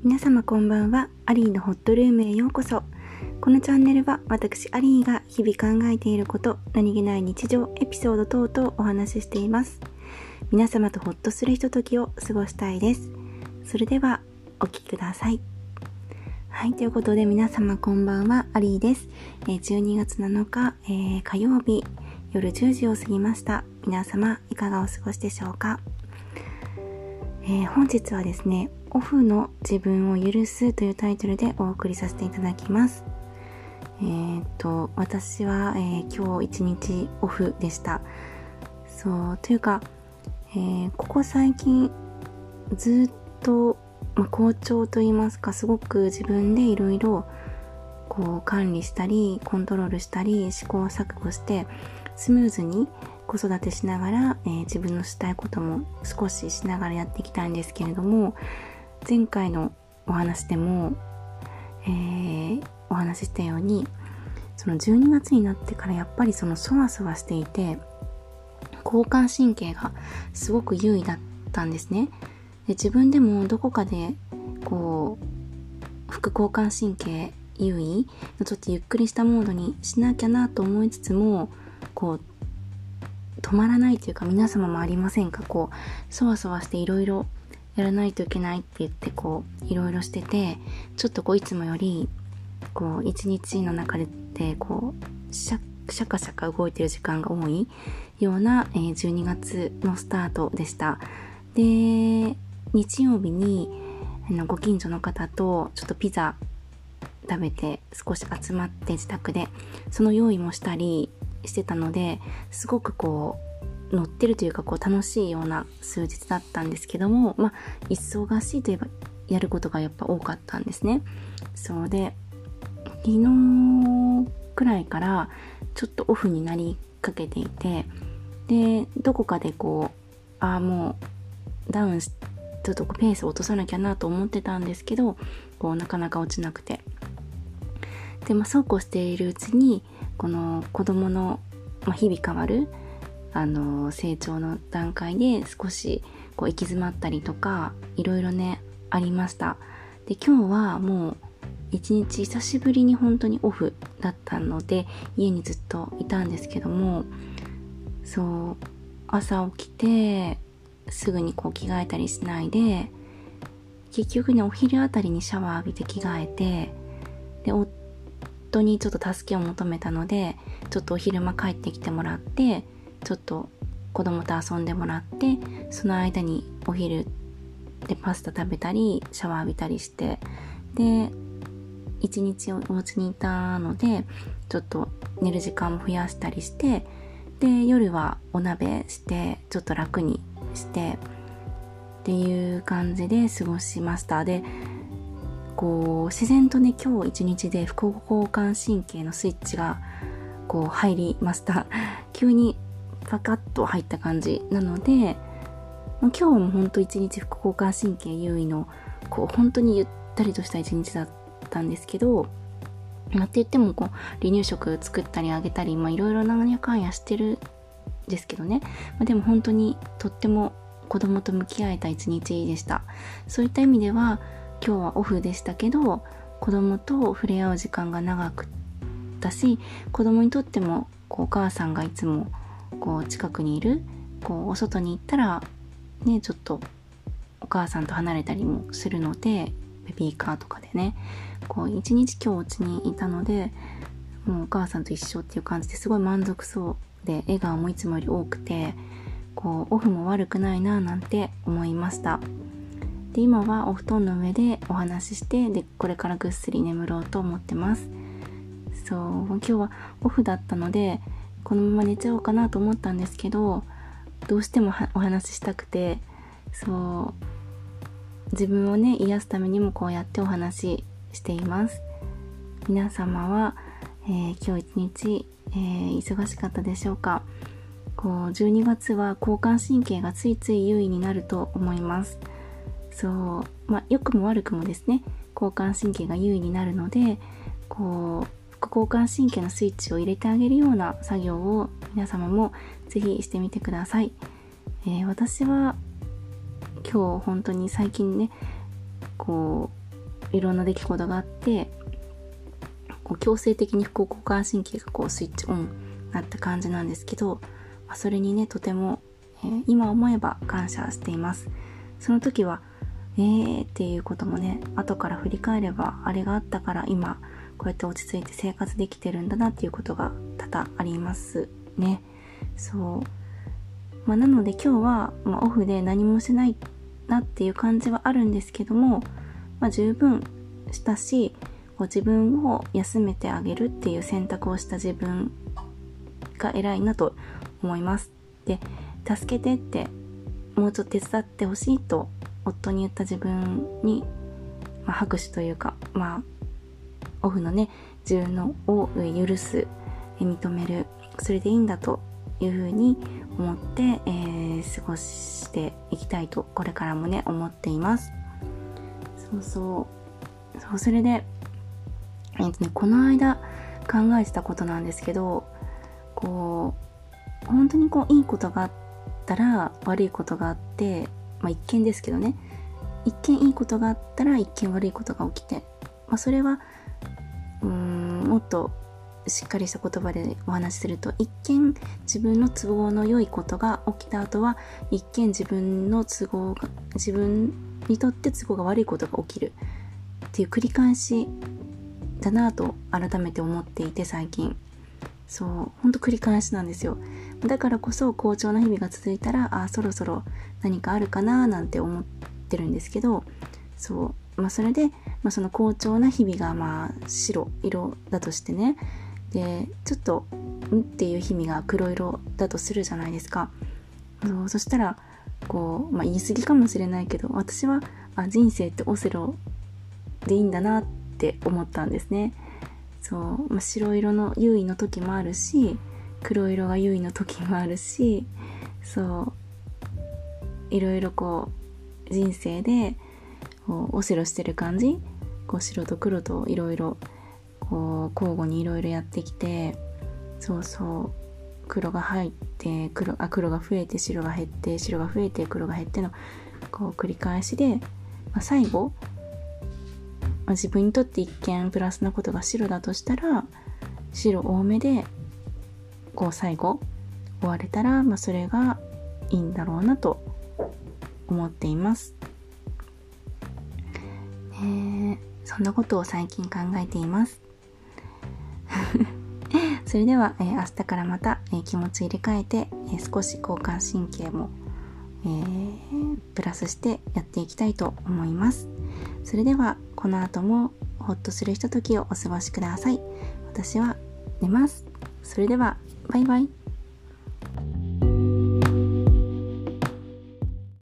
皆様こんばんは。アリーのホットルームへようこそ。このチャンネルは私アリーが日々考えていること、何気ない日常、エピソード等々お話ししています。皆様とホッとするひとときを過ごしたいです。それではお聞きください。はい、ということで皆様こんばんは。アリーです。12月7日、火曜日夜10時を過ぎました。皆様いかがお過ごしでしょうか。本日はですね、オフの自分を許すというタイトルでお送りさせていただきます。私は、今日一日オフでした。そうというか、ここ最近ずっと、好調と言いますか、すごく自分でいろいろこう管理したりコントロールしたり試行錯誤してスムーズに子育てしながら、自分のしたいことも少ししながらやっていきたいんですけれども、前回のお話でも、お話ししたように、その12月になってからやっぱりそのそわそわしていて、交感神経がすごく優位だったんですね。で、自分でもどこかでこう副交感神経優位のちょっとゆっくりしたモードにしなきゃなと思いつつも、こう止まらないというか、皆様もありませんか？こうそわそわしていろいろやらないといけないって言ってこういろいろしてて、ちょっとこういつもよりこう一日の中でこうシャカシャカ動いてる時間が多いような、12月のスタートでした。で、日曜日にご近所の方とちょっとピザ食べて少し集まって自宅でその用意もしたりしてたので、すごくこう乗ってるというかこう楽しいような数日だったんですけども、忙しいといえばやることがやっぱ多かったんですね。そうで、昨日くらいからちょっとオフになりかけていて、でどこかでこうもうダウンしちょっとペースを落とさなきゃなと思ってたんですけど、こうなかなか落ちなくて、でそうこうしているうちにこの子供の、日々変わる成長の段階で少しこう行き詰まったりとかいろいろねありました。で、今日はもう一日久しぶりに本当にオフだったので家にずっといたんですけども、そう朝起きてすぐにこう着替えたりしないで、結局ねお昼あたりにシャワー浴びて着替えて、で夫にちょっと助けを求めたのでちょっとお昼間帰ってきてもらって、ちょっと子供と遊んでもらって、その間にお昼でパスタ食べたりシャワー浴びたりして、で一日お家にいたのでちょっと寝る時間も増やしたりして、で夜はお鍋してちょっと楽にしてっていう感じで過ごしました。でこう自然とね今日一日で副交感神経のスイッチがこう入りました。急にパカッと入った感じなので、今日も本当一日副交感神経優位のこう本当にゆったりとした一日だったんですけど、って言ってもこう離乳食作ったりあげたりいろいろなんやかんやしてるんですけどね、でも本当にとっても子供と向き合えた一日でした。そういった意味では今日はオフでしたけど、子供と触れ合う時間が長くったし、子供にとってもこうお母さんがいつもこう近くにいる、こうお外に行ったらねちょっとお母さんと離れたりもするので、ベビーカーとかでねこう一日今日お家にいたので、もうお母さんと一緒っていう感じですごい満足そうで、笑顔もいつもより多くて、こうオフも悪くないななんて思いました。で、今はお布団の上でお話しして、でこれからぐっすり眠ろうと思ってます。そう、今日はオフだったのでこのまま寝ちゃおうかなと思ったんですけど、どうしてもお話ししたくて、そう自分をね癒すためにもこうやってお話ししています。皆様は、今日一日、忙しかったでしょうか。こう12月は交感神経がついつい優位になると思います。そう、良くも悪くもですね、交感神経が優位になるので、こう副交感神経のスイッチを入れてあげるような作業を皆様もぜひしてみてください。私は今日本当に最近ねこいろんな出来事があって、こう強制的に副交感神経がこうスイッチオンになった感じなんですけど、それにねとても、今思えば感謝しています。その時はっていうこともね、後から振り返れば、あれがあったから今こうやって落ち着いて生活できてるんだなっていうことが多々ありますね。そう、なので今日は、オフで何もしないなっていう感じはあるんですけども、十分したし、自分を休めてあげるっていう選択をした自分が偉いなと思います。で、助けてってもうちょっと手伝ってほしいと夫に言った自分に、拍手というか、オフのね自分のを許す、認める、それでいいんだというふうに思って、過ごしていきたいとこれからもね思っています。そうそれで、この間考えてたことなんですけど、こう本当にいいことがあったら悪いことがあって、一見ですけどね、一見いいことがあったら一見悪いことが起きて、それはもっとしっかりした言葉でお話しすると、一見自分の都合の良いことが起きた後は一見自分にとって都合が悪いことが起きるっていう繰り返しだなと改めて思っていて、最近ほんと繰り返しなんですよ。だからこそ好調な日々が続いたら、そろそろ何かあるかななんて思ってるんですけど、それで、その好調な日々が白色だとしてね、でちょっとっていう日々が黒色だとするじゃないですか。そしたら言い過ぎかもしれないけど、私は人生ってオセロでいいんだなって思ったんですね。白色の優位の時もあるし、黒色が優位の時もあるし、いろいろ人生でオセロしてる感じ、白と黒といろいろ交互にいろいろやってきて、黒が入って黒が増えて白が減って、白が増えて黒が減っての繰り返しで、最後、自分にとって一見プラスなことが白だとしたら、白多めで最後終われたら、それがいいんだろうなと思っています。そんなことを最近考えています。それでは、明日からまた、気持ち入れ替えて、少し交感神経も、プラスしてやっていきたいと思います。それではこの後もほっとするひとときをお過ごしください。私は寝ます。それではバイバイ。